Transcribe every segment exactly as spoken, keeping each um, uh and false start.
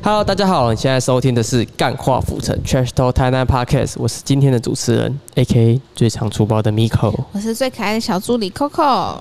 Hello， 大家好，你现在收听的是《干话浮城 Trash Talk 台南 Podcast》，我是今天的主持人 ，A K A 最常出包的 Miko， 我是最可爱的小助理 Coco。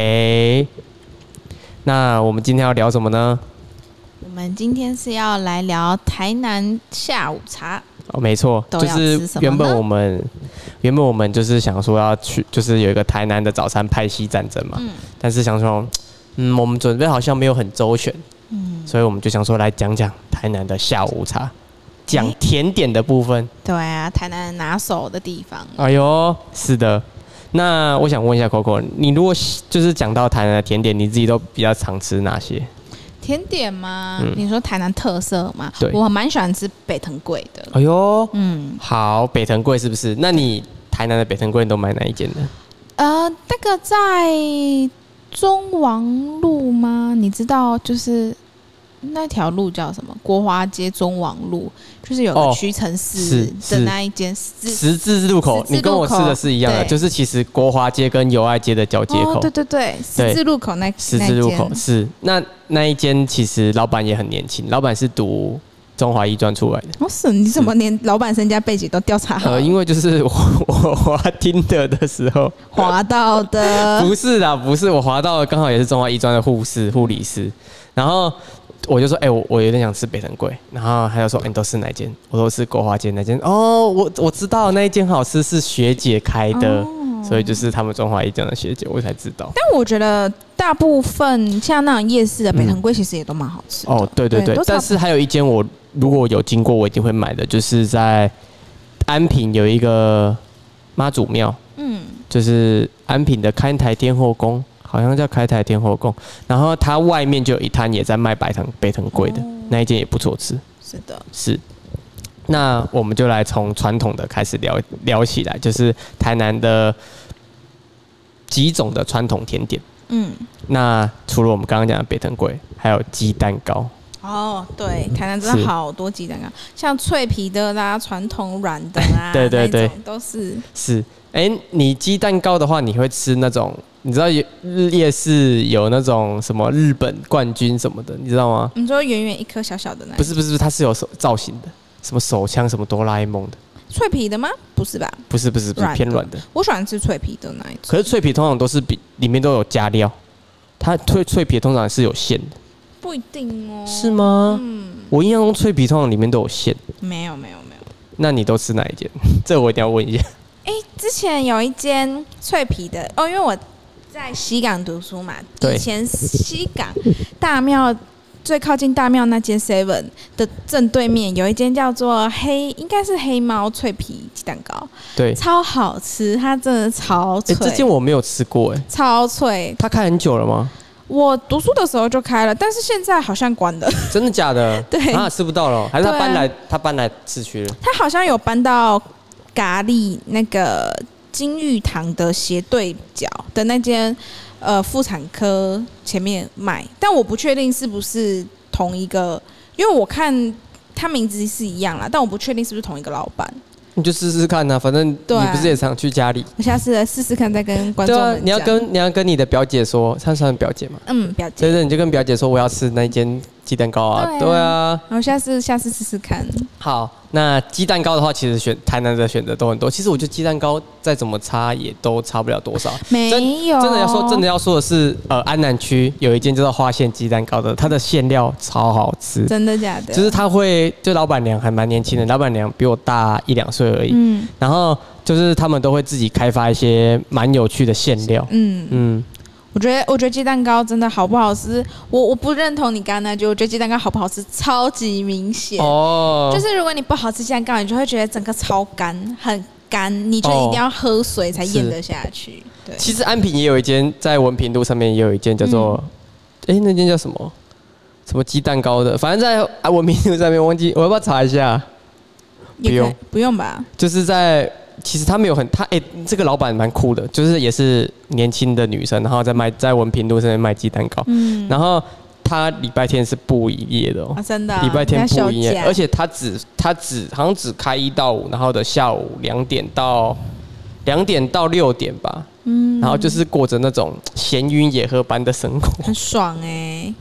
OK， 那我们今天要聊什么呢？ 我们今天是要来聊台南下午茶。 哦，没错，就是原本我们原本我们就是想说要去，就是有一个台南的早餐派系战争嘛，嗯、但是想说，嗯，我们准备好像没有很周全。嗯，所以我们就想说来讲讲台南的下午茶，讲甜点的部分、欸。 对啊，台南拿手的地方。 哎呦，是的。那我想问一下 Coco， 你如果就是讲到台南的甜点，你自己都比较常吃哪些？ 甜点吗？嗯、你说台南特色吗？ 对， 我蛮喜欢吃北藤贵的。 哎呦，嗯，好，北藤贵是不是？那你台南的北藤贵你都买哪一间的？ 呃，那个在中王路吗？你知道就是那条路叫什么？国华街中王路，就是有个屈臣氏的那一间十字路口。你跟我吃的是一样的，就是其实国华街跟友爱街的交接口。 哦、对对对，十字路口那十字路口是那那一间，其实老板也很年轻，老板是读中华医专出来的。 哦，是你怎么连老板身家背景都调查好？ 呃，因为就是我我滑听的的时候滑到的， 不是啦，不是我滑到的，刚好也是中华医专的护士护理师，然后我就说，哎、欸，我我有点想吃北藤贵，然后他就说，哎、欸，你都是哪一间？我说是国华街那间。哦，我我知道那一间好吃，是学姐开的。哦，所以就是他们中华一中的学姐，我才知道。 但我觉得大部分像那种夜市的北藤贵，其实也都蛮好吃的。 哦，对对 对, 对，但是还有一间我如果有经过，我一定会买的，就是在安平有一个妈祖庙，嗯，就是安平的开台天后宫，好像叫开台天后宫，然后它外面就有一摊也在卖白藤北藤贵的，哦、那一间也不错吃。 是的， 是。那我们就来从传统的开始聊聊起来，就是台南的几种的传统甜点。嗯，那除了我们刚刚讲的北藤贵，还有鸡蛋糕。 哦，对，台南真的好多鸡蛋糕，像脆皮的啦、传统软的啦， 对对对， 都是。 是，哎、欸，你鸡蛋糕的话，你会吃那种？你知道夜市有那种什么日本冠军什么的，你知道吗？ 你说圆圆一颗小小的那？ 不是不是，它是有造型的。什么手枪，什么哆啦 A 梦的， 脆皮的吗？不是吧？ 不是不是不是偏软的。 我喜欢吃脆皮的那一种。 可是脆皮通常都是比里面都有加料，它脆脆皮通常是有馅的。 不一定哦。 是吗？嗯，我印象中脆皮通常里面都有馅。 没有没有没有。 那你都吃哪一间？这我一定要问一下。 哎、欸，之前有一间脆皮的哦，因为我在西港读书嘛，以前西港大庙。最靠近大庙那间 Seven 的正对面有一间叫做黑，应该是黑猫脆皮鸡蛋糕， 对， 超好吃，它真的超脆。 欸、这间我没有吃过哎、欸， 超脆。 它开很久了吗？ 我读书的时候就开了，但是现在好像关了。 真的假的？ 对啊，吃不到了，还是他搬来、啊、他搬来市区了？ 他好像有搬到咖喱那个金玉堂的斜对角的那间。呃，妇产科前面卖，但我不确定是不是同一个，因为我看他名字是一样啦，但我不确定是不是同一个老板。 你就试试看啊，反正你不是也常去家里。 我下次来试试看，再跟观众们讲。 对啊，你要跟你要跟你的表姐说，她算表姐嘛？ 嗯，表姐。 对对，你就跟表姐说我要吃那间鸡蛋糕啊。对啊。 然后下次下次试试看。 好，那鸡蛋糕的话，其实选台南的选择都很多。其实我觉得鸡蛋糕再怎么差也都差不了多少。 没有。 真的要说，真的要说的是，呃，安南区有一间叫做花县鸡蛋糕的，它的馅料超好吃。 真的假的？ 就是它会，就老板娘还蛮年轻的，老板娘比我大一两岁而已。嗯。然后就是他们都会自己开发一些蛮有趣的馅料。嗯嗯。 我觉得，我觉得鸡蛋糕真的好不好吃，我我不认同你刚刚那句。我觉得鸡蛋糕好不好吃，超级明显。哦。就是如果你不好吃鸡蛋糕，你就会觉得整个超干，很干，你就一定要喝水才咽得下去。对。 其实安平也有一间，在文平路上面也有一间叫做，哎、嗯欸，那间叫什么？什么鸡蛋糕的？反正在啊文平路上面，忘记我要不要查一下？ 不用，不用吧？ 就是在。其实他没有很他哎、欸，这个老板蛮酷的，就是也是年轻的女生，然后在卖在文平路上面卖鸡蛋糕，嗯，然后他礼拜天是不营业的哦， 啊、真的、 礼拜天不营业，而且他只他只好像只开一到五，然后的下午两点到两点到六点吧，嗯，然后就是过着那种闲云野鹤般的生活， 很爽哎、欸。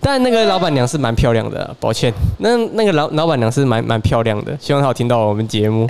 但那个老板娘是蛮漂亮的、啊，抱歉，那那个老老板娘是蛮蛮漂亮的，希望她有听到我们节目。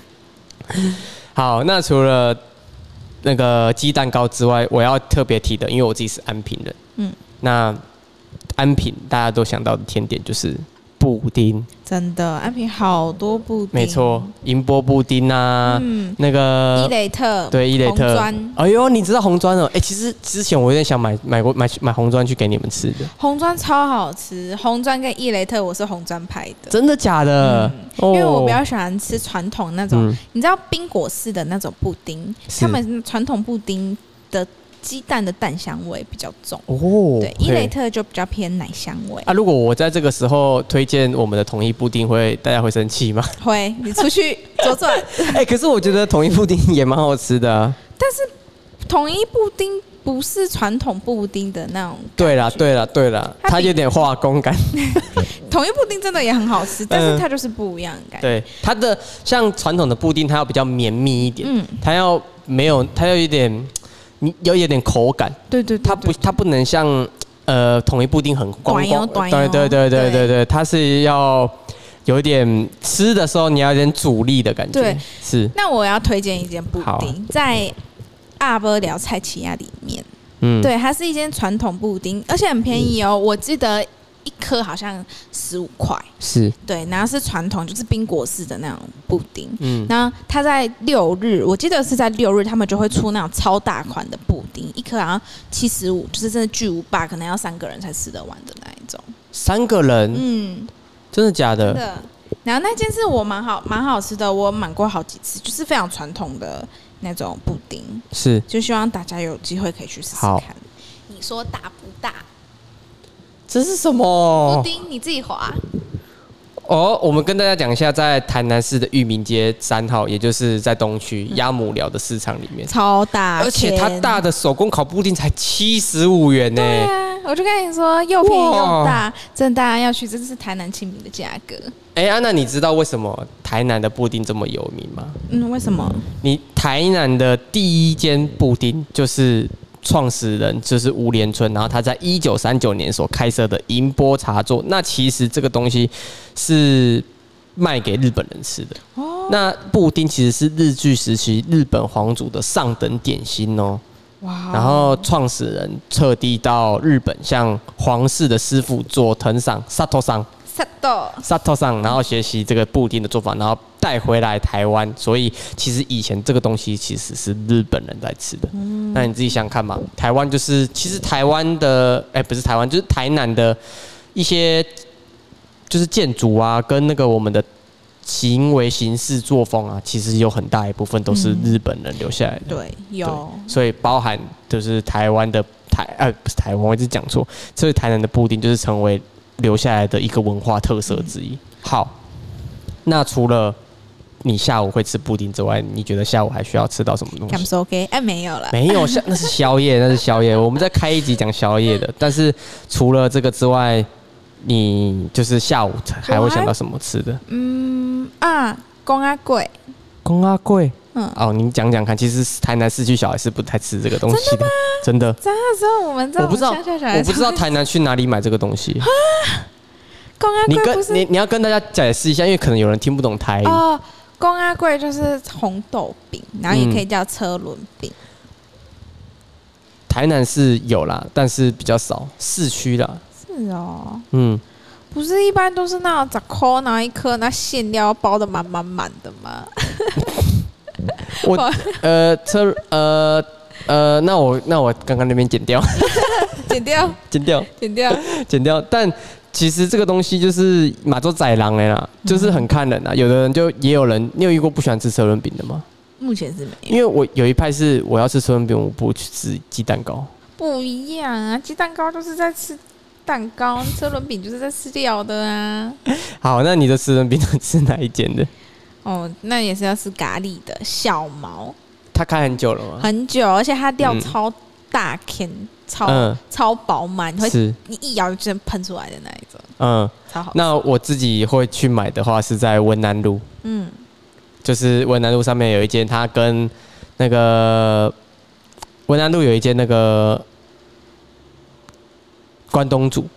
好，那除了那个鸡蛋糕之外，我要特别提的，因为我自己是安平人，嗯，那安平大家都想到的甜点就是布丁。 真的，安平好多布丁， 没错，银波布丁啊，嗯、那个伊蕾特， 对伊蕾特，红砖。哎呦，你知道红砖哦？哎，其实之前我有点想买买过买买红砖去给你们吃的。 红砖超好吃，红砖跟伊蕾特我是红砖派的。 真的假的？嗯哦、因为我比较喜欢吃传统那种，嗯、你知道冰果式的那种布丁，他们传统布丁的鸡蛋的蛋香味比较重哦，对，伊蕾特就比较偏奶香味。 啊，如果我在这个时候推荐我们的统一布丁，会大家会生气吗？ 会，你出去左转。 哎、欸，可是我觉得统一布丁也蛮好吃的啊。 但是统一布丁不是传统布丁的那种。 对啦，对啦，对啦，它有点化工感。 统一布丁真的也很好吃，但是它就是不一样的感觉。 对，它的像传统的布丁，它要比较绵密一点，嗯，它要没有，它要有一点。你有有点口感， 对 对, 对, 对， 它不，它不能像呃统一布丁很光光， 对对对对对对对，它是要有一点吃的时候你要有点阻力的感觉， 对， 是。 那我要推荐一间布丁，在阿波寮菜奇亚里面，嗯，对，它是一间传统布丁，而且很便宜哦，嗯、我记得一颗好像十五块， 是对， 然后是传统就是冰果式的那种布丁，嗯，然后它在六日，我记得是在六日，他们就会出那种超大款的布丁，一颗好像七十五，就是真的巨无霸，可能要三个人才吃得完的那一种。 三个人？嗯，真的假的？ 真的。然后那件是我蛮好蛮好吃的，我买过好几次，就是非常传统的那种布丁， 是， 就希望大家有机会可以去试试看。你说大不大？ 这是什么布丁？你自己滑。 哦，我们跟大家讲一下，在台南市的裕民街三号，也就是在东区鸭母寮的市场里面， 超大， 而且它大的手工烤布丁才七十五元呢。 对啊，我就跟你说，又便宜又大，真的大家要去，真是台南亲民的价格。 哎、欸，安娜，你知道为什么台南的布丁这么有名吗？ 嗯，为什么？ 你台南的第一间布丁就是创始人就是吴连春，然后他在一九三九年所开设的银波茶座。那其实这个东西是卖给日本人吃的。哦，那布丁其实是日据时期日本皇族的上等点心哦。哇！然后创始人特地到日本向皇室的师傅佐藤上、萨托上。萨托上，然后学习这个布丁的做法，然后带回来台湾。所以其实以前这个东西其实是日本人在吃的。嗯，那你自己想看嘛？台湾就是其实台湾的，哎、欸，不是台湾，就是台南的一些就是建筑啊，跟那个我们的行为形式作风啊，其实有很大一部分都是日本人留下来的。嗯、 对，有对。 所以包含就是台湾的台，呃，不是台湾，我一直讲错。所以台南的布丁就是成为留下来的一个文化特色之一。好，那除了你下午会吃布丁之外，你觉得下午还需要吃到什么东西？ I'm OK， 哎，没有了， 没有，那是宵夜，那是宵夜。我们再开一集讲宵夜的。但是除了这个之外，你就是下午还会想到什么吃的？ 嗯啊，公阿贵， 公阿贵。嗯，哦，你讲讲看。其实台南市区小孩是不太吃这个东西的，真的。 在那时候我们在我不知道，我不知道台南去哪里买这个东西。 公阿贵不是你你要跟大家解释一下，因为可能有人听不懂台语。 哦，公阿贵就是红豆饼，然后也可以叫车轮饼。嗯、 台南是有啦，但是比较少，市区啦。 是哦，嗯，不是一般都是那种十块拿一颗，那馅料包的满满满的吗？ 我呃车呃呃，那我那我刚刚那边剪掉， 剪掉， 剪掉， 剪掉， 剪掉。但其实这个东西就是马州宰狼的啦，就是很看人啦。有的人就也有人，你有遇过不喜欢吃车轮饼的吗？ 目前是没有， 因为我有一派是我要吃车轮饼，我不去吃鸡蛋糕。 不一样啊，鸡蛋糕就是在吃蛋糕，车轮饼就是在吃料的啊。 好，那你的车轮饼是吃哪一间的？ 哦，那也是要吃咖喱的小毛。 它开很久了吗？ 很久，而且它料超大片、嗯，超、嗯、超饱满，会你一咬就直接喷出来的那一种。嗯，超好吃。 那我自己会去买的话是在文南路，嗯，就是文南路上面有一间，它跟那个文南路有一间那个关东煮，嗯，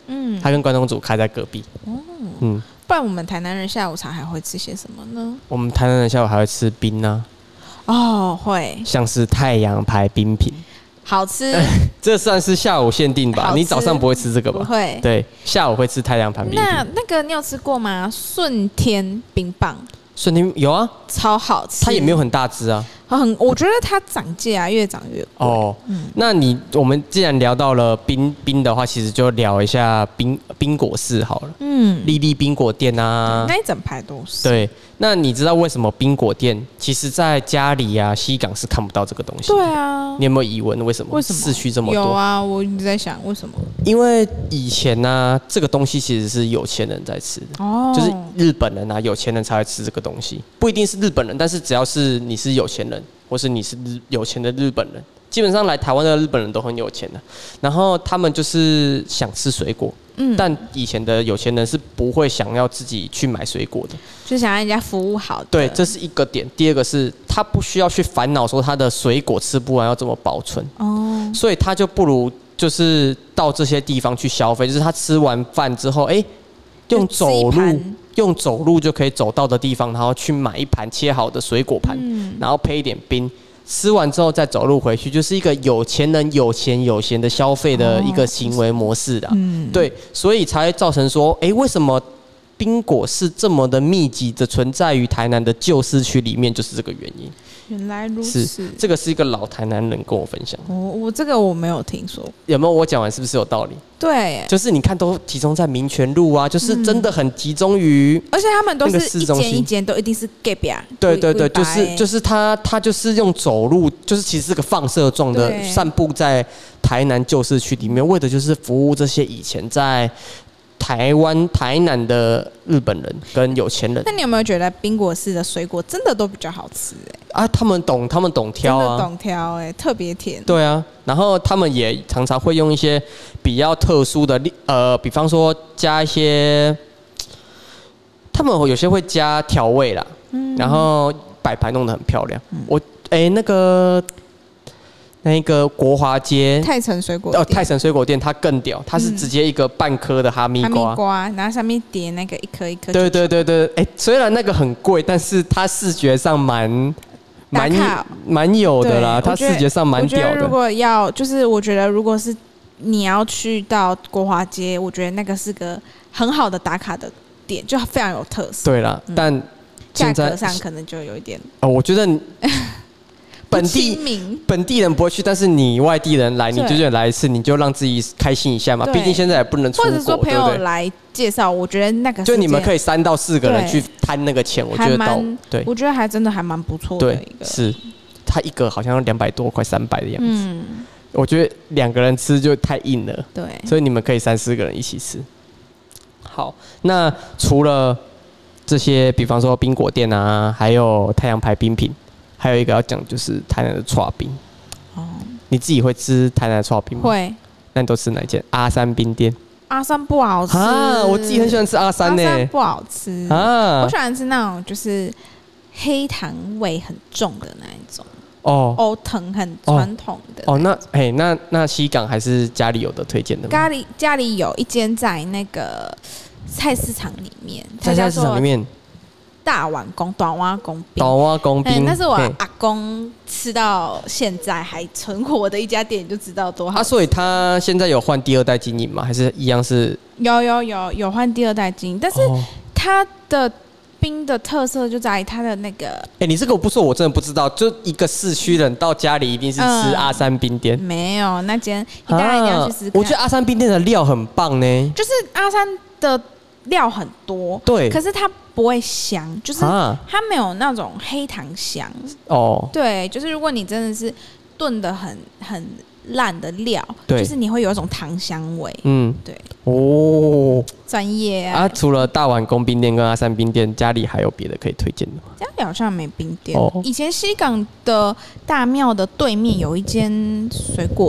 他跟关东煮开在隔壁。哦， 嗯，不然我们台南人下午茶还会吃些什么呢？ 我们台南人下午还会吃冰啊。 哦，会， 像是太阳牌冰品， 好吃。 这算是下午限定吧？你早上不会吃这个吧？ 不会。 对，下午会吃太阳牌冰品。 那那个你有吃过吗？顺天冰棒。 顺天有啊， 超好吃。 它也没有很大只啊。 很，我觉得它涨价啊，越涨越贵。哦， 嗯，那你我们既然聊到了冰冰的话，其实就聊一下冰冰果室好了。嗯，丽丽冰果店啊， 那一整排都是。 对，那你知道为什么冰果店其实在家里啊西港是看不到这个东西？ 对啊， 你有没有疑问？为什么？ 为什么市区这么多？ 有啊，我一直在想为什么？ 因为以前呢、啊，这个东西其实是有钱人在吃的，哦，就是日本人啊，有钱人才会吃这个东西，不一定是日本人，但是只要是你是有钱人。或是你是有钱的日本人，基本上来台湾的日本人都很有钱的，然后他们就是想吃水果，嗯，但以前的有钱人是不会想要自己去买水果的， 就想让人家服务好的。 对，这是一个点。第二个是他不需要去烦恼说他的水果吃不完要怎么保存，哦，所以他就不如就是到这些地方去消费，就是他吃完饭之后，哎、欸，用走路。用走路就可以走到的地方，然后去买一盘切好的水果盘，嗯，然后配一点冰，吃完之后再走路回去，就是一个有钱人有钱有闲的消费的一个行为模式的，嗯，对，所以才会造成说，哎、欸，为什么冰果是这么的密集的存在于台南的旧市区里面，就是这个原因。 原来如此， 是这个是一个老台南人跟我分享。 哦，我这个我没有听说， 有没有？我讲完是不是有道理？ 对， 就是你看都集中在民权路啊，就是真的很集中于、嗯， 而且他们都是一间一间都一定是 gap 啊。 对对对，就是就是他他就是用走路，就是其实是个放射状的散布在台南旧市区里面，为的就是服务这些以前在台湾台南的日本人跟有钱人。 那你有没有觉得冰果室的水果真的都比较好吃、欸？ 啊，他们懂，他们懂挑啊， 真的懂挑哎、欸，特别甜。 对啊，然后他们也常常会用一些比较特殊的，呃，比方说加一些，他们有些会加调味啦，嗯，然后摆盘弄得很漂亮。嗯、我哎、欸，那个那个国华街泰城水果店哦，泰城水果店它更屌，它是直接一个半颗的哈密瓜， 哈密瓜，然后上面叠那个一颗一颗。 对对对对，哎、欸，虽然那个很贵，但是它视觉上蛮。蛮蛮有的啦，它视觉上蛮屌的。 我觉得如果要，就是我觉得如果是你要去到国华街，我觉得那个是个很好的打卡的点，就非常有特色。 对啦，嗯、但价格上可能就有一点。 哦，我觉得本地本地人不会去，但是你外地人来，你就觉得来一次，你就让自己开心一下嘛。毕竟现在也不能出国， 或者说朋友来介绍，我觉得那个就你们可以三到四个人去摊那个钱，我觉得到对， 我觉得还真的还蛮不错的一个。 是，他一个好像两百多，快三百的样子。嗯，我觉得两个人吃就太硬了。 对， 所以你们可以三四个人一起吃。好，那除了这些，比方说冰果店啊，还有太阳牌冰品。还有一个要讲就是台南的剉冰，哦，你自己会吃台南的剉冰吗？ 会。 那你都吃哪一间？阿三冰店。 阿三不好吃啊！我自己很喜欢吃阿三呢、欸。 阿三不好吃啊！我喜欢吃那种就是黑糖味很重的那一种。哦。欧藤很传统的。 哦，那哎，那那西港还是家里有的推荐的吗？ 家里家里有一间在那个菜市场里面， 在菜市场里面。 大碗公短蛙公冰， 短蛙公冰， 那是我阿公吃到现在还存活的一家店，你就知道多好。 啊，所以他现在有换第二代经营吗？还是一样是？ 有有有有换第二代经营，但是它的冰的特色就在于它的那个。哎、 欸，你这个我不说，我真的不知道。就一个市区人到家里一定是吃阿三冰店， 嗯、没有那间，你当然一定要去试试看。 我觉得阿三冰店的料很棒呢， 就是阿三的料很多， 对， 可是它不会香，就是它没有那种黑糖香哦。对，就是如果你真的是炖的很很烂的料，就是你会有一种糖香味。嗯，对。哦，专业啊！ 啊，除了大碗公冰店跟阿三冰店，家里还有别的可以推荐的吗？ 家里好像没冰店。哦、以前西港的大庙的对面有一间水果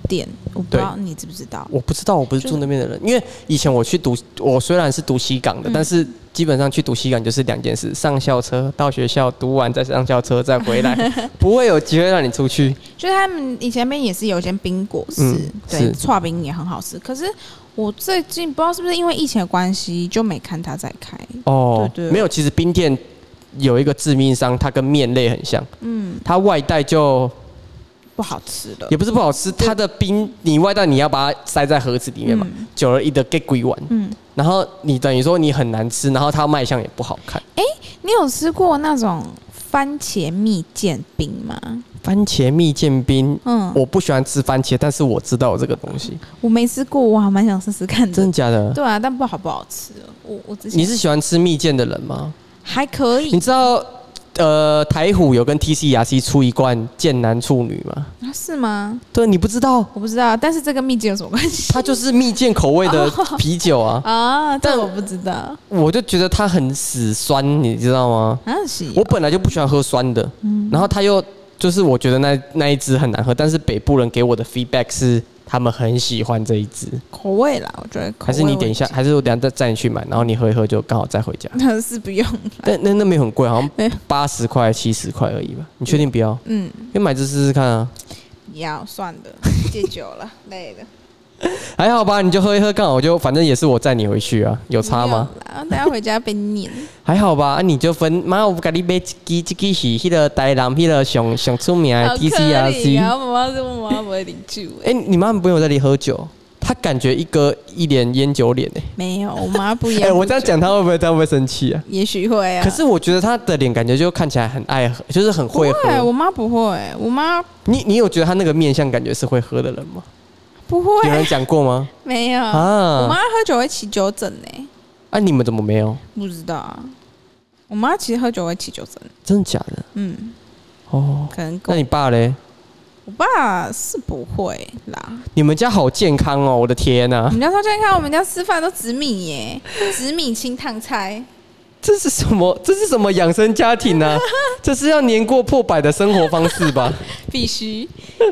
店，我不知道你知不知道？ 我不知道，我不是住那边的人。因为以前我去读，我虽然是读西港的，嗯、但是基本上去读西港就是两件事：上校车到学校，读完再上校车再回来，不会有机会让你出去。 就是他们以前那边也是有一间冰果室，嗯、对，刨冰也很好吃。可是我最近不知道是不是因为疫情的关系，就没看他在开。 哦， 对对， 没有，其实冰店有一个致命伤，它跟面类很像，嗯，它外带就。 不好吃的， 也不是不好吃，它的冰你外带你要把它塞在盒子里面嘛，嗯、久了一的给鬼完，嗯，然后你等于说你很难吃，然后它卖相也不好看。 哎、欸，你有吃过那种番茄蜜饯冰吗？ 番茄蜜饯冰，嗯，我不喜欢吃番茄，但是我知道有这个东西。 我没吃过，我还蛮想试试看的。 真的假的？ 对啊，但不好不好吃。我我之前你是喜欢吃蜜饯的人吗？ 还可以。 你知道？呃，台虎有跟 T C R C 出一罐剑南处女吗？ 啊，是吗？ 对，你不知道？ 我不知道，但是这跟蜜饯有什么关系？ 它就是蜜饯口味的啤酒啊！ 啊，但我不知道。 我就觉得它很死酸，你知道吗？ 啊，是。 我本来就不喜欢喝酸的，嗯、然后它又就是我觉得那那一支很难喝，但是北部人给我的 feedback 是。他们很喜欢这一支口味啦，我觉得口味还是你等一下，还是我等一下再载你去买，然后你喝一喝就刚好再回家。 那是不用， 但那那没很贵，好像八十块、七十块而已吧？你确定不要？嗯，可以买这试试看啊。 要算的，戒酒了，累了。 还好吧，你就喝一喝，刚好我就反正也是我载你回去啊，有差吗？ 等下回家被念。 还好吧，啊你就分，妈我给你买一支，一支是迄个台南迄个上上出名的 T C R C。 我妈妈说我妈不会喝酒。 哎、欸，你妈不用在这里喝酒，她感觉一个一脸烟酒脸哎。 没有，我妈不烟。 哎，我这样讲，她会不会她会不会生气啊？ 也许会啊。 可是我觉得她的脸感觉就看起来很爱喝，就是很会喝。 不会，我妈不会，我妈。 你你有觉得她那个面相感觉是会喝的人吗？ 不会， 有人讲过吗？ 没有啊，我妈喝酒会起酒疹呢。 啊，你们怎么没有？ 不知道啊。我妈其实喝酒会起酒疹。 真的假的？嗯。哦。 可能。 那你爸嘞？ 我爸是不会啦。 你们家好健康哦！我的天哪、啊！ 你们家超健康，我们家吃饭都紫米耶，紫米清烫菜。 这是什么？这是什么养生家庭啊？这是要年过破百的生活方式吧？ 必须。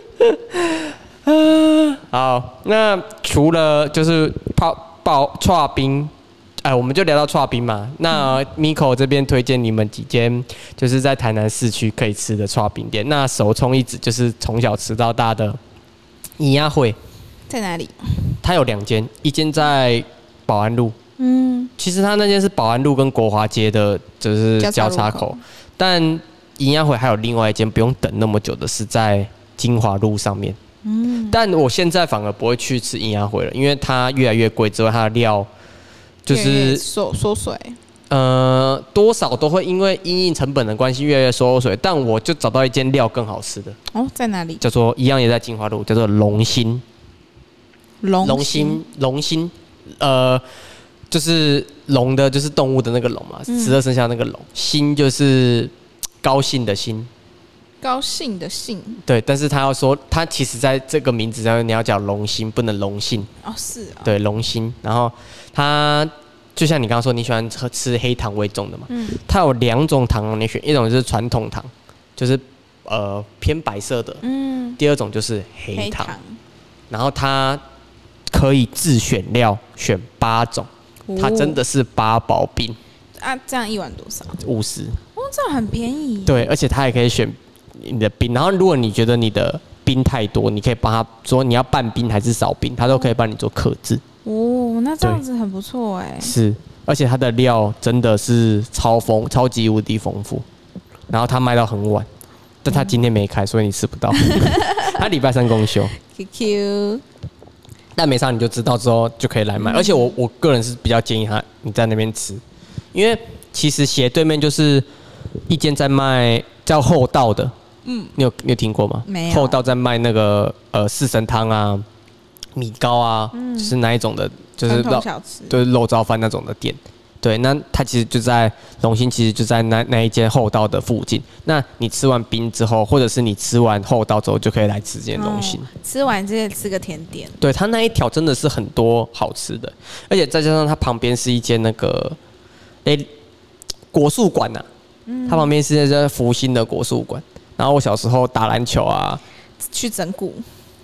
好，那除了就是泡泡剉冰，哎，我们就聊到剉冰嘛。那 Miko 这边推荐你们几间，就是在台南市区可以吃的剉冰店。那首冲一指就是从小吃到大的尹亚会在哪里？ 它有两间，一间在保安路，嗯，其实它那间是保安路跟国华街的，就是交叉口，但尹亚会还有另外一间不用等那么久的，是在金华路上面。嗯，但我现在反而不会去吃银鸭燴了，因为它越来越贵，之外它的料就是缩缩水， 呃，多少都会因为因应成本的关系越来越缩水。但我就找到一间料更好吃的哦，在哪里？ 叫做一样也在金华路，叫做龙心。 龙心，龙心，呃，就是龙的，就是动物的那个龙嘛，十二生肖那个龙，心就是高兴的心。 高兴的兴， 对，但是他要说，他其实在这个名字上面你要讲龙心，不能龙姓哦，是啊， 对，龙心。然后他就像你刚刚说，你喜欢喝吃黑糖为重的嘛，嗯，它有两种糖你选，一种就是传统糖，就是呃偏白色的，嗯，第二种就是黑糖，黑糖然后它可以自选料，选八种，哦、它真的是八宝冰啊，这样一碗多少？ 五十哦，这样很便宜， 对，而且它也可以选。你的冰，然后如果你觉得你的冰太多，你可以帮他说你要半冰还是少冰，他都可以帮你做客制。 哦，那这样子很不错哎。 是，而且它的料真的是超丰，超级无敌丰富。然后他卖到很晚，但他今天没开，所以你吃不到。他礼拜三公休。 Q Q。 但没上你就知道之后就可以来买，嗯、而且我我个人是比较建议他你在那边吃，因为其实斜对面就是一间在卖叫厚道的。嗯，你有你有听过吗？ 没有。 厚道在卖那个呃四神汤啊、米糕啊，嗯、就是那一种的，就是肉小吃， 就是肉燥饭那种的店。对，那它其实就在龙兴，其实就在那那一间厚道的附近。那你吃完冰之后，或者是你吃完厚道之后，就可以来吃这间龙兴、哦。 吃完直接吃个甜点。 对，它那一条真的是很多好吃的，而且再加上它旁边是一间那个诶、欸、果树馆呐、啊，嗯、它旁边是在福星的果树馆。然后我小时候打篮球啊， 去整骨，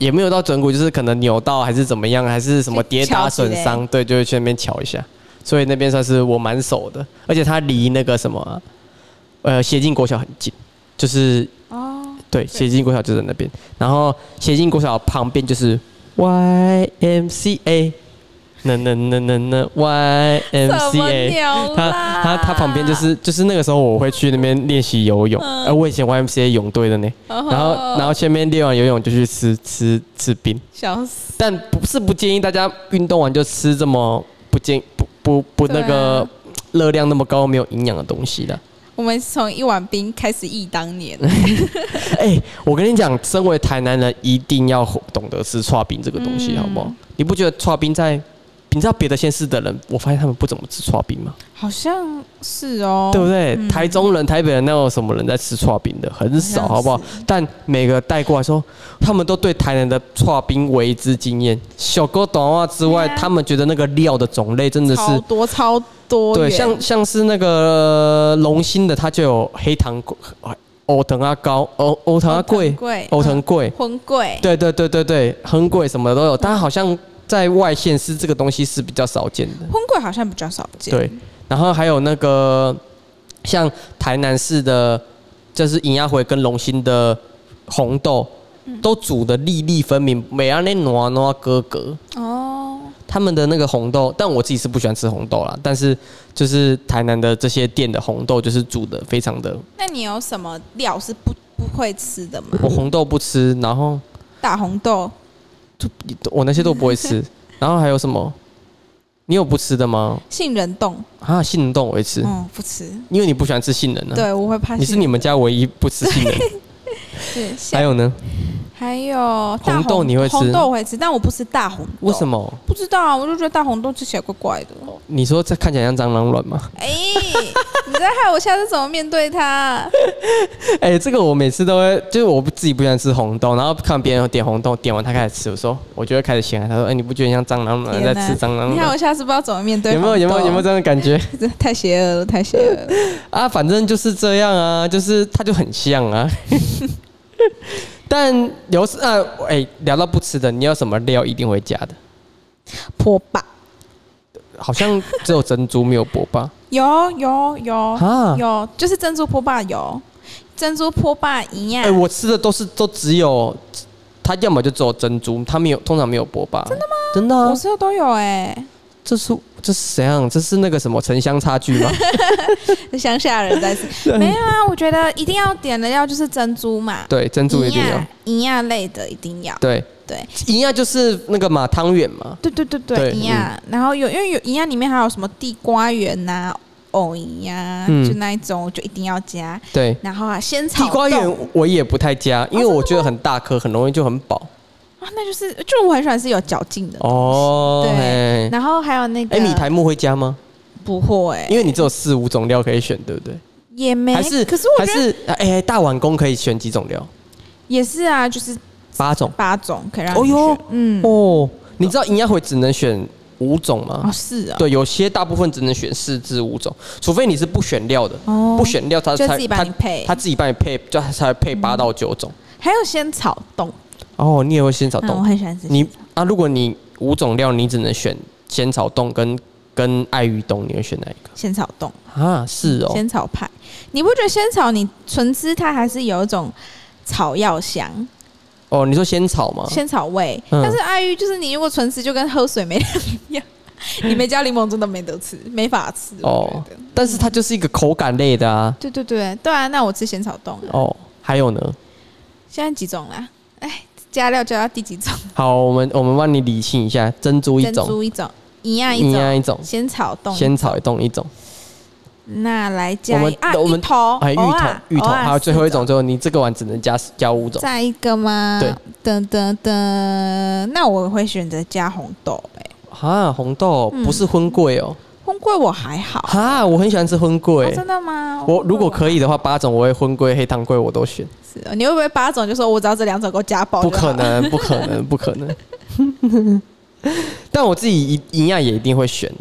也没有到整骨，就是可能扭到还是怎么样，还是什么跌打损伤，对，就会去那边瞧一下。所以那边算是我蛮熟的，而且它离那个什么、啊，呃，协进国小很近，就是哦，对，协进国小就在那边。然后协进国小旁边就是 Y M C A。那那那那那 Y M C A， 他他他旁边就是就是那个时候我会去那边练习游泳，嗯、而我以前 Y M C A 泳队的呢，哦、然后然后前面练完游泳就去吃吃吃冰， 笑死！ 但不是不建议大家运动完就吃这么不建不不不那个热量那么高没有营养的东西的。 我们从一碗冰开始忆当年。 哎、欸，我跟你讲，身为台南人一定要懂得吃剉冰这个东西，嗯、好不好？你不觉得剉冰在？你知道别的县市的人，我发现他们不怎么吃剉冰吗？ 好像是哦， 对不对？嗯、台中人、台北人，那有什么人在吃剉冰的？很少，好不好？但每个带过来说，他们都对台南的剉冰为之惊艳。小哥短袜之外，啊、他们觉得那个料的种类真的是超多超多。 对，像像是那个龙兴的，它就有黑糖藕藤啊糕、藕藕藤啊贵、藕藤贵、 荤贵， 对对对对对，荤贵什么的都有，但好像。在外县市这个东西是比较少见的， 荤贵好像比较少见。 对，然后还有那个像台南市的，就是银鸭回跟龙兴的红豆，嗯、都煮的粒粒分明，每样那糯糯格格。哦，他们的那个红豆，但我自己是不喜欢吃红豆啦，但是就是台南的这些店的红豆，就是煮的非常的。 那你有什么料是不不会吃的吗？ 我红豆不吃，然后大红豆。 我那些都不会吃，然后还有什么？你有不吃的吗？ 杏仁冻啊，杏仁冻我会吃， 嗯，不吃， 因为你不喜欢吃杏仁呢、啊。 对，我会怕。 你是你们家唯一不吃杏仁。对，还有呢？ 还有大红豆你会吃？ 红豆我会吃，但我不吃大红豆。 为什么？ 不知道啊，我就觉得大红豆吃起来怪怪的。 你说这看起来像蟑螂卵吗？ 哎、欸，你在害我下次怎么面对它？ 哎、欸，这个我每次都会，就是我自己不喜欢吃红豆，然后看别人点红豆，点完他开始吃，我说我就会开始嫌他说，哎、欸，你不觉得像蟑螂卵在吃蟑螂卵？ 你看我下次不知道怎么面对。 有没有有没有有没有这样的感觉？ 太邪恶了，太邪恶了啊！反正就是这样啊，就是它就很像啊。但有时啊，哎、欸，聊到不吃的，你有什么料一定会加的？ 波霸， 好像只有珍珠没有波霸。 有有有有，就是珍珠波霸有，珍珠波霸一样。 哎、欸，我吃的都是都只有，它要么就只有珍珠，它没有，通常没有波霸。 真的吗？ 真的、啊， 我吃的都有哎、欸。 这是这是怎样？这是那个什么城乡差距吗？ 乡下人在吃，没有啊。我觉得一定要点的料就是珍珠嘛。 对，珍珠一定要。 银亚类的一定要。 对对， 银亚就是那个嘛汤圆嘛。 对对对对，银亚、嗯。然后有因为有银亚里面还有什么地瓜圆呐、藕银呀，就那一种就一定要加。 对。 然后啊，仙草地瓜圆我也不太加，因为我觉得很大颗，很容易就很饱。 啊，那就是就我很喜欢是有嚼劲的哦， 对。然后还有那个， 哎，米苔目会加吗？ 不会、欸， 因为你只有四五种料可以选，对不对？ 也没， 还是可是我觉得还是哎，大碗公可以选几种料？ 也是啊，就是八种， 八种可以让你选。哦哟， 嗯哦，你知道营养会只能选五种吗？ 哦，是啊。 对，有些大部分只能选四至五种，除非你是不选料的，哦、不选料他才他他自己帮你配，就才配八到九种、嗯。 还有仙草冻。 哦，你也会仙草冻、 嗯？我很喜欢吃。 你啊，如果你五种料，你只能选仙草冻跟跟爱玉冻，你会选哪一个？ 仙草冻啊，是哦。 仙草派，你不觉得仙草你纯吃它还是有一种草药香？ 哦，你说仙草吗？ 仙草味，嗯、但是爱玉就是你如果纯吃就跟喝水没两样，你没加柠檬真的没得吃，没法吃哦。 但是它就是一个口感类的啊。 对对对对啊，那我吃仙草冻、啊。 哦，还有呢？ 现在几种啦？哎。加料加到第几种？ 好，我们我们帮你理清一下，珍珠一种， 珍珠一种，银亚一种， 银亚一种， 仙草冻， 仙草冻一种。 那来加我们啊， 我们芋头， 哎，芋头，芋头，还有最后一种，最后你这个碗只能加加五种。 再一个吗？ 对， 噔噔噔，那我会选择加红豆哎、 欸。啊，红豆不是荤桂哦。 荤桂我还好哈，我很喜欢吃荤桂、 哦。真的吗？ 我如果可以的话，八种我会荤桂、黑糖桂我都选。 是、哦，你会不会八种就说我只要这两种给我加爆？ 不可能，不可能，不可能。但我自己营养也一定会选的。嗯，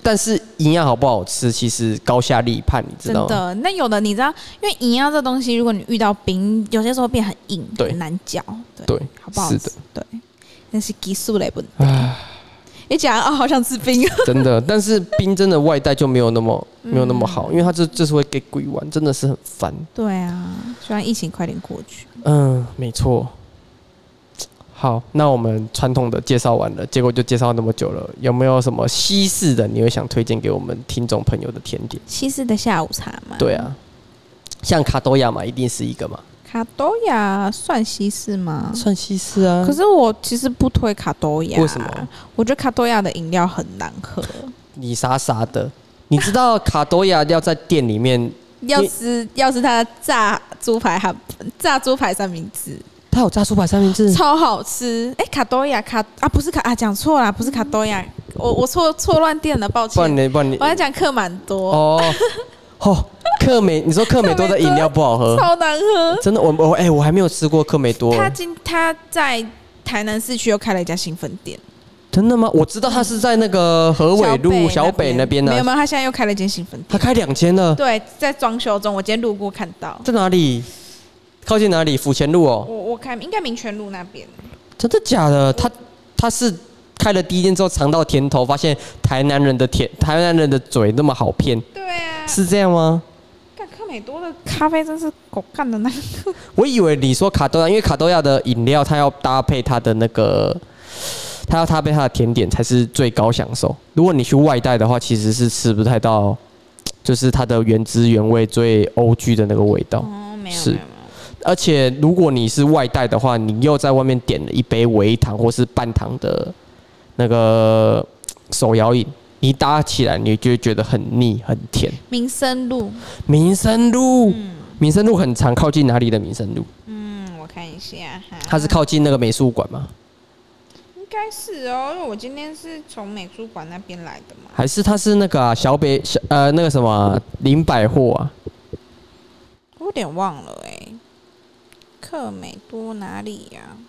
但是营养好不好吃，其实高下立判，你知道吗？ 真的，那有的你知道，因为营养这东西，如果你遇到冰，有些时候变很硬， 对， 很难嚼，对， 对， 好不好吃？ 是的， 对，那是技术类问题。一讲啊，好想吃冰， 真的，但是冰真的外带就没有那么没有那么好，嗯、因为它这这是会给鬼玩，真的是很烦。 对啊，希望疫情快点过去。 嗯，没错。好，那我们传统的介绍完了，结果就介绍那么久了，有没有什么西式的你会想推荐给我们听众朋友的甜点？ 西式的下午茶嘛？ 对啊，像卡多亚嘛，一定是一个嘛。 卡多亚算西式吗？ 算西式啊。 可是我其实不推卡多亚。 为什么？ 我觉得卡多亚的饮料很难喝。 你傻傻的，你知道卡多亚要在店里面要吃要吃它的炸猪排和炸猪排三明治。 它有炸猪排三明治， 超好吃。哎、欸，卡多亚卡啊，不是卡啊，讲错了，不是卡多亚，我我错错乱店了，抱歉。 不然你不然你， 我在讲克满多。 哦哦，克美，你说克美多的饮料不好喝， 超难喝。 真的，我我哎、欸，我还没有吃过克美多。 他今他在台南市区又开了一家新分店。 真的吗？我知道他是在那个河尾路小北那边呢、啊。 没有没有，他现在又开了一间新分店。 他开两间了。 对，在装修中，我今天路过看到。 在哪里？靠近哪里？府前路哦。 我我看应该民权路那边。 真的假的？他他是开了第一间之后尝到甜头，发现台南人的甜，台南人的嘴那么好骗。 对啊。是这样吗？ 干科美多的咖啡真是狗干的那个。 我以为你说卡多亚，因为卡多亚的饮料它要搭配它的那个，它要搭配它的甜点才是最高享受。如果你去外带的话，其实是吃不太到，就是它的原汁原味最 O G 的那个味道。 哦，没有是。 没有。 而且如果你是外带的话，你又在外面点了一杯微糖或是半糖的那个手摇饮，你搭起来你就会觉得很腻很甜。 民生路， 民生路， 嗯、 民生路很长，靠近哪里的民生路？ 嗯，我看一下哈。 它是靠近那个美术馆吗？ 应该是哦，因为我今天是从美术馆那边来的嘛。 还是它是那个、啊、小北小呃那个什么林百货啊？ 我有点忘了哎、欸。克美多哪里呀、啊？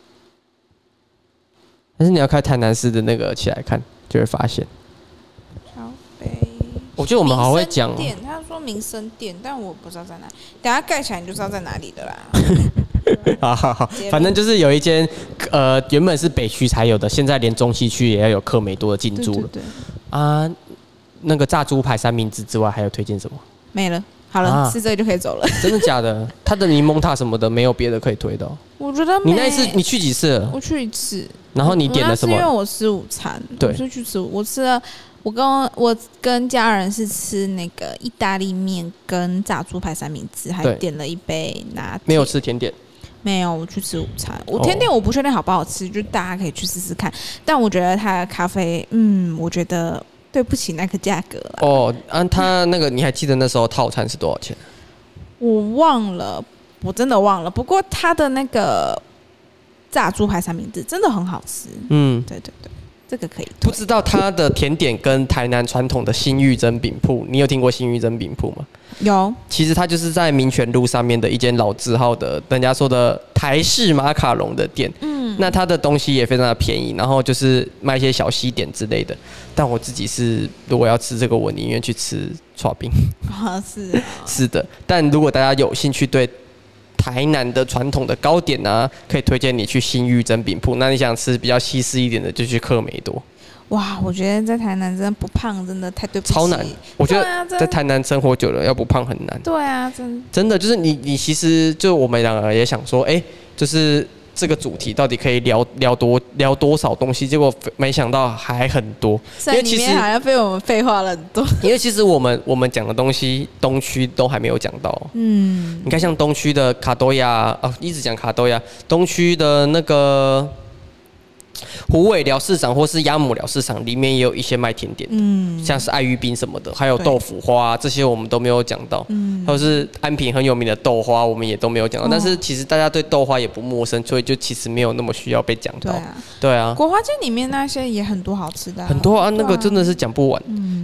但是你要开台南市的那个起来看，就会发现。 小北， 我觉得我们好会讲、哦。 店，他说民生店，但我不知道在哪里。等下盖起来你就知道在哪里的啦。 好好好，反正就是有一间呃原本是北区才有的，现在连中西区也要有克美多的进驻了。对对对啊，那个炸猪排三明治之外，还有推荐什么？ 没了。好了，啊、吃这个就可以走了。 真的假的？它的柠檬塔什么的没有别的可以推的、哦。 我觉得你那一次你去几次了？ 我去一次。 然后你点了什么？ 因为我吃午餐，对，我就去吃。我吃了，我跟我跟家人是吃那个意大利面跟炸猪排三明治，还点了一杯拿铁。 没有吃甜点。 没有，我去吃午餐。我甜点我不确定好不好吃，就大家可以去试试看。但我觉得它的咖啡，嗯，我觉得。对不起那个价格啦。 哦，啊，他那个你还记得那时候套餐是多少钱？ 我忘了，我真的忘了。不过他的那个炸猪排三明治真的很好吃。嗯，对对对，这个可以。 不知道他的甜点跟台南传统的新玉珍饼铺，你有听过新玉珍饼铺吗？ 有。 其实它就是在民权路上面的一间老字号的，人家说的台式马卡龙的店。嗯。那它的东西也非常的便宜，然后就是卖一些小西点之类的。但我自己是，如果要吃这个，我宁愿去吃剉冰。 啊，是、啊。 是的，但如果大家有兴趣对台南的传统的糕点啊，可以推荐你去新玉珍饼铺。那你想吃比较西式一点的，就去克美多。 哇，我觉得在台南真的不胖，真的太对不起。 超难，我觉得在台南生活久了，要不胖很难。 对啊，真的。 真的就是你，你其实就我们两个也想说，哎、欸，就是这个主题到底可以聊聊多聊多少东西？结果没想到还很多， 因为其实好像被我们废话了很多。 因为其实我们我们讲的东西，东区都还没有讲到。嗯，你看像东区的卡多亚啊，一直讲卡多亚，东区的那个。虎尾寮市场或是鸭母寮市场里面也有一些卖甜点的，嗯，像是爱玉冰什么的，还有豆腐花、啊、这些我们都没有讲到，嗯，或是安平很有名的豆花，我们也都没有讲到、哦。但是其实大家对豆花也不陌生，所以就其实没有那么需要被讲到。对啊，对啊。 国华街里面那些也很多好吃的、啊， 很多啊，那个真的是讲不完。嗯，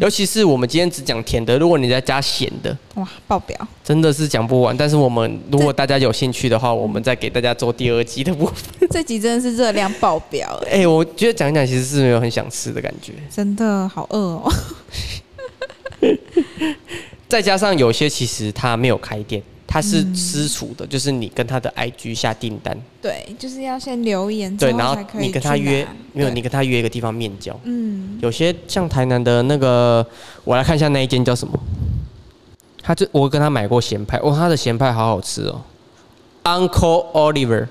尤其是我们今天只讲甜的，如果你再加咸的， 哇，爆表， 真的是讲不完。但是我们如果大家有兴趣的话，我们再给大家做第二集的部分。 这集真的是热量爆表哎、欸，我觉得讲一讲其实是没有很想吃的感觉， 真的好饿哦。 再加上有些其实它没有开店，它是私厨的，嗯、就是你跟他的 I G 下订单， 对，就是要先留言， 对，然后你跟他约，没有你跟他约一个地方面交，嗯，有些像台南的那个，我来看一下那一间叫什么，他就我跟他买过咸派，哦，他的咸派好好吃哦 ，Uncle Oliver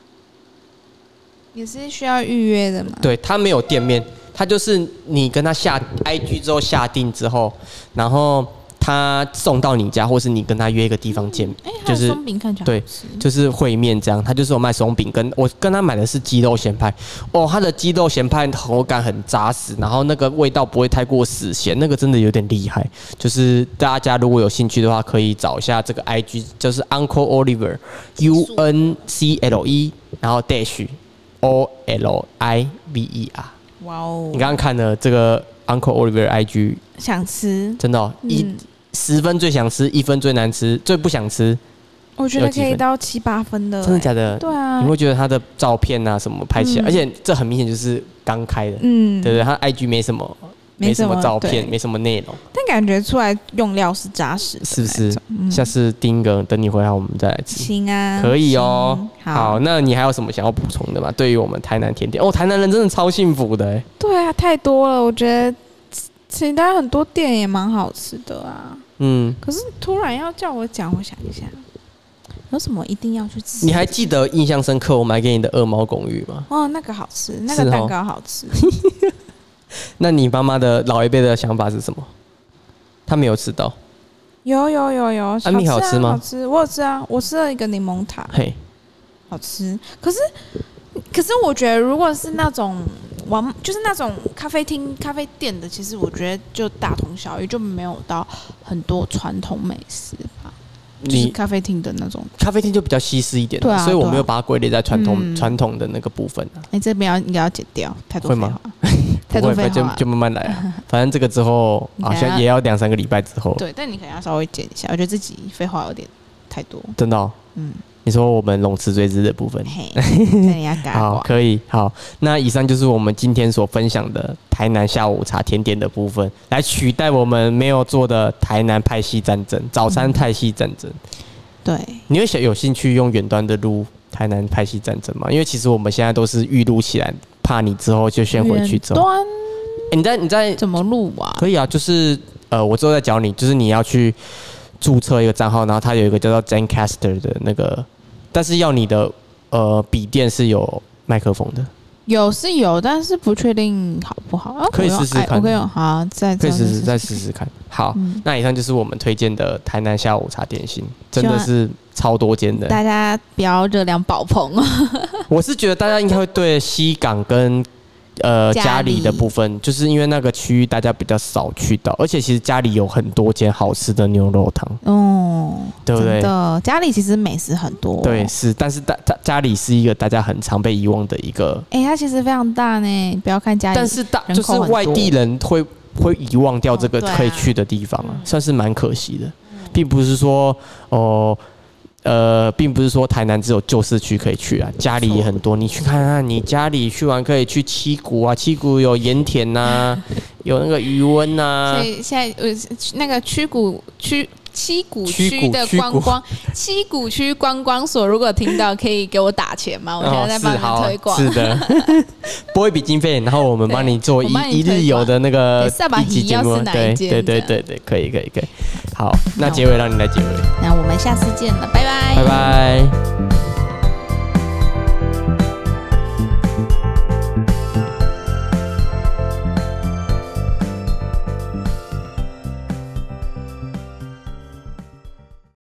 也是需要预约的嘛， 对他没有店面，他就是你跟他下 I G 之后下定之后，然后。他送到你家，或是你跟他约一个地方见面， 嗯欸、 就是松饼看起来对，就是烩面这样。他就是有卖松饼，跟我跟他买的是鸡肉咸派。哦，他的鸡肉咸派口感很扎实，然后那个味道不会太过死咸，那个真的有点厉害。就是大家如果有兴趣的话，可以找一下这个 I G， 就是 Uncle Oliver U N C L E， 然后 dash O L I V E R。哇哦！你刚刚看了这个 Uncle Oliver I G， 想吃， 真的哦，一。嗯十分最想吃，一分最难吃，最不想吃。 我觉得可以到七八分的、欸， 真的假的？ 对啊， 你会觉得他的照片啊什么拍起来，嗯、而且这很明显就是刚开的，嗯，对不对？他 I G 没什么，没什么照片，没什么内容， 但感觉出来用料是扎实的， 是不是？嗯、下次订一个，等你回来我们再来吃。 行啊， 可以哦。好, 好，那你还有什么想要补充的吗？对于我们台南甜点，哦，台南人真的超幸福的、欸， 对啊，太多了，我觉得其他很多店也蛮好吃的啊。嗯，可是突然要叫我讲，我想一下，有什么一定要去吃？ 你还记得印象深刻我买给你的二毛公寓吗？ 哦，那个好吃，那个蛋糕好吃。 那你妈妈的老一辈的想法是什么？她没有吃到。 有有有有， 安蜜好吃吗？ 好吃，我有吃啊，我吃了一个柠檬塔，嘿，好吃。可是，可是我觉得如果是那种。玩就是那种咖啡厅、咖啡店的，其实我觉得就大同小异，就没有到很多传统美食吧。就是咖啡厅的那种， 咖啡厅就比较西式一点，对啊，所以我没有把它归类在传统传统的那个部分。哎、 欸，这边要应该要剪掉，太多废话，太多废话， 就就慢慢来啊。反正这个之后好像也要两三个礼拜之后。 对，但你可能要稍微剪一下，我觉得自己废话有点太多。 真的、哦，嗯。你说我们龙池追之的部分，好，可以，好，那以上就是我们今天所分享的台南下午茶甜点的部分，来取代我们没有做的台南派系战争，早餐派系战争。 对， 你会想有兴趣用远端的录台南派系战争吗？因为其实我们现在都是预录起来，怕你之后就先回去之后。 端、 欸，你在你在怎么录啊？ 可以啊，就是呃，我之后再教你，就是你要去。注册一个账号，然后它有一个叫做 Zencaster 的那个，但是要你的呃笔电是有麦克风的， 有是有，但是不确定好不好，啊、 可以试试看。 我可以用，好，再可以试试再试试看。好、嗯，那以上就是我们推荐的台南下午茶点心，真的是超多间的， 大家不要热量爆棚。 我是觉得大家应该会对西港跟。呃，家里的部分，就是因为那个区域大家比较少去到，而且其实家里有很多间好吃的牛肉汤，哦，对不对？ 真的，家里其实美食很多、哦， 对，是，但是大家里是一个大家很常被遗忘的一个， 哎、欸，它其实非常大呢，不要看家里， 但是大就是外地人会会遗忘掉这个可以去的地方啊，哦啊嗯、算是蛮可惜的，并不是说哦。呃，并不是说台南只有旧市区可以去啊，家里也很多。你去看看，你家里去完可以去七股啊，七股有盐田呐、啊，有那个渔温呐、啊。 所以现在呃，那个七股区七股区的观光，七股区观光所，如果听到可以给我打钱吗？我现在在帮你们推广、哦。 是的，拨一笔经费，然后我们帮你做一一日游的那个一集节目。对对对对对，可以可以可以。好，那结尾让你来结尾。 那我们下次见了，拜拜。 拜拜。